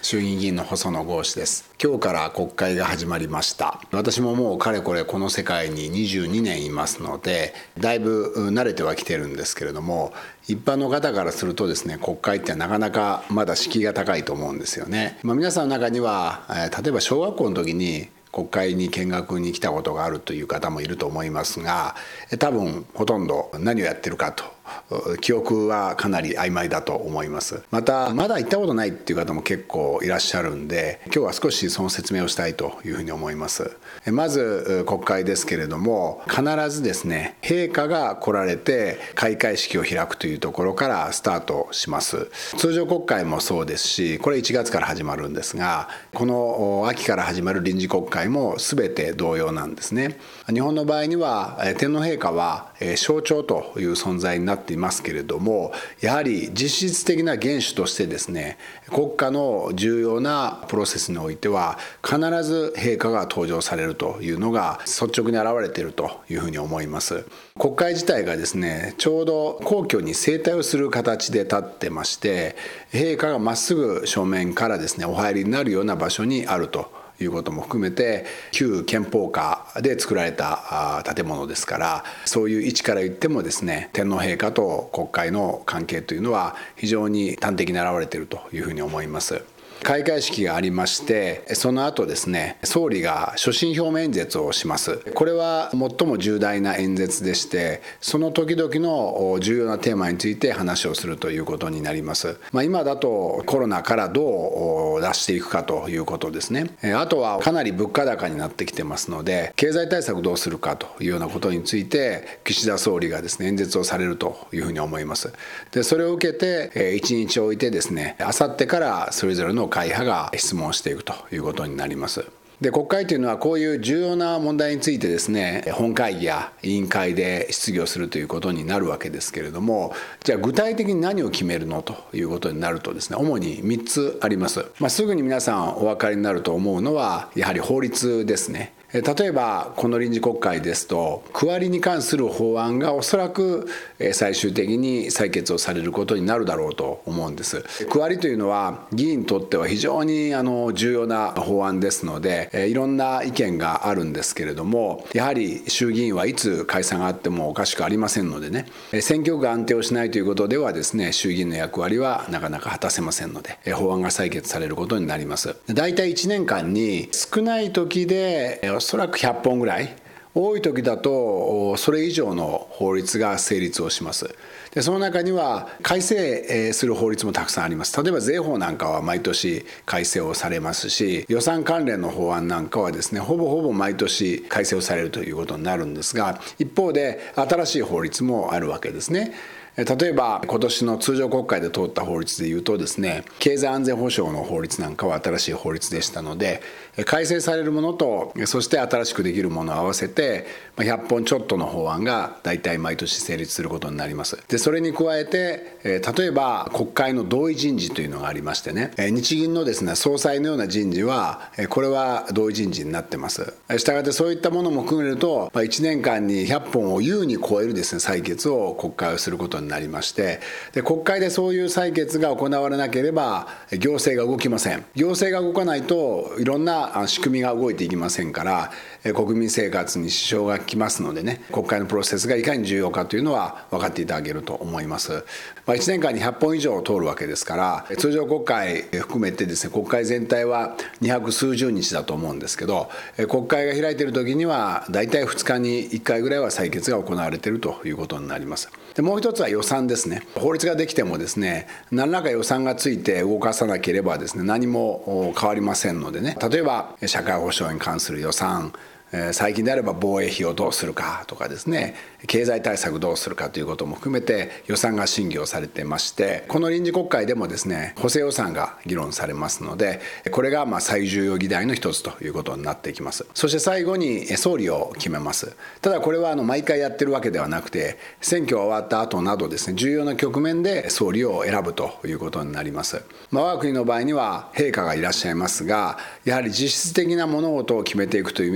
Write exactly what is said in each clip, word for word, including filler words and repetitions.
衆議院議員の細野豪志です。今日から国会が始まりました。私ももうかれこれこの世界ににじゅうにねんいますので、だいぶ慣れてはきてるんですけれども、一般の方からするとですね、国会ってなかなかまだ敷居が高いと思うんですよね。まあ、皆さんの中には、えー、例えば小学校の時に国会に見学に来たことがあるという方もいると思いますが、多分ほとんど何をやってるかと記憶はかなり曖昧だと思います。またまだ行ったことないっていう方も結構いらっしゃるんで、今日は少しその説明をしたいというふうに思います。まず国会ですけれども、必ずですね、陛下が来られて開会式を開くというところからスタートします。通常国会もそうですし、これいちがつから始まるんですが、この秋から始まる臨時国会も全て同様なんですね。日本の場合には天皇陛下は象徴という存在になっていますけれども、やはり実質的な元首としてですね、国家の重要なプロセスにおいては必ず陛下が登場されるというのが率直に現れているというふうに思います。国会自体がですね、ちょうど皇居に正対をする形で立ってまして、陛下がまっすぐ正面からですねお入りになるような場所にあるということも含めて、旧憲法下で作られた建物ですから、そういう位置から言ってもですね、天皇陛下と国会の関係というのは非常に端的に現れているというふうに思います。開会式がありまして、その後ですね、総理が所信表明演説をします。これは最も重大な演説でして、その時々の重要なテーマについて話をするということになります。まあ、今だとコロナからどう出していくかということですね。あとはかなり物価高になってきてますので、経済対策どうするかというようなことについて岸田総理がですね演説をされるというふうに思います。で、それを受けていちにち置いてですね、あさってからそれぞれの会派が質問していくということになります。で、国会というのはこういう重要な問題についてですね、本会議や委員会で質疑をするということになるわけですけれども、じゃあ具体的に何を決めるのということになるとですね、主にみっつあります。まあ、すぐに皆さんお分かりになると思うのはやはり法律ですね。例えばこの臨時国会ですと、区割りに関する法案がおそらく最終的に採決をされることになるだろうと思うんです。区割りというのは議員にとっては非常にあの重要な法案ですので、いろんな意見があるんですけれども、やはり衆議院はいつ解散があってもおかしくありませんのでね、選挙区が安定をしないということではですね、衆議院の役割はなかなか果たせませんので、法案が採決されることになります。だいたいいちねんかんに少ない時でおそらくひゃっぽんぐらい、多い時だとそれ以上の法律が成立をします。で、その中には改正する法律もたくさんあります。例えば税法なんかは毎年改正をされますし、予算関連の法案なんかはですね、ほぼほぼ毎年改正をされるということになるんですが、一方で新しい法律もあるわけですね。例えば今年の通常国会で通った法律でいうとですね、経済安全保障の法律なんかは新しい法律でしたので、改正されるものとそして新しくできるものを合わせてひゃっぽんちょっとの法案がだいたい毎年成立することになります。で、それに加えて例えば国会の同意人事というのがありましてね、日銀のですね総裁のような人事はこれは同意人事になってます。したがってそういったものも含めるといちねんかんにひゃっぽんを優に超えるですね採決を国会をすることになりまして、で、国会でそういう採決が行われなければ行政が動きません。行政が動かないといろんな仕組みが動いていきませんから、国民生活に支障がきますのでね、国会のプロセスがいかに重要かというのは分かっていただけると思います。まあ、いちねんかんにひゃっぽん以上通るわけですから、通常国会含めてですね、国会全体はにひゃくすうじゅうにちだと思うんですけど、国会が開いている時にはだいたいふつかにいっかいぐらいは採決が行われているということになります。で、もう一つは予算ですね。法律ができてもですね、何らか予算がついて動かさなければですね、何も変わりませんのでね、例えば社会保障に関する予算、最近であれば防衛費をどうするかとかですね、経済対策どうするかということも含めて予算が審議をされてまして、この臨時国会でもですね補正予算が議論されますので、これがまあ最重要議題の一つということになっていきます。そして最後に総理を決めます。ただこれはあの毎回やってるわけではなくて、選挙が終わった後などですね重要な局面で総理を選ぶということになります。まあ、我が国の場合には陛下がいらっしゃいますが、やはり実質的な物事を決めていくという意味では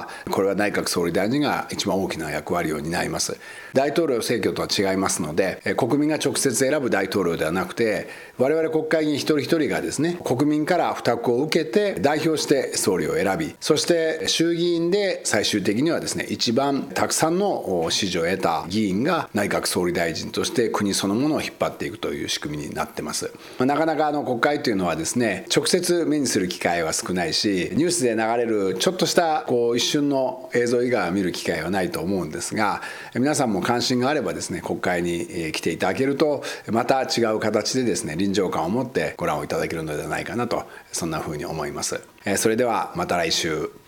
はこれは内閣総理大臣が一番大きな役割を担います。大統領選挙とは違いますので、国民が直接選ぶ大統領ではなくて、我々国会議員一人一人がですね、国民から付託を受けて代表して総理を選び、そして衆議院で最終的にはですね、一番たくさんの支持を得た議員が内閣総理大臣として国そのものを引っ張っていくという仕組みになってます。なかなかあの国会というのはですね、直接目にする機会は少ないし、ニュースで流れるちょっとしたこう一瞬の映像以外は見る機会はないと思うんですが、皆さんも関心があればですね、国会に来ていただけると、また違う形でですね、臨場感を持ってご覧をいただけるのではないかなと、そんなふうに思います。それではまた来週。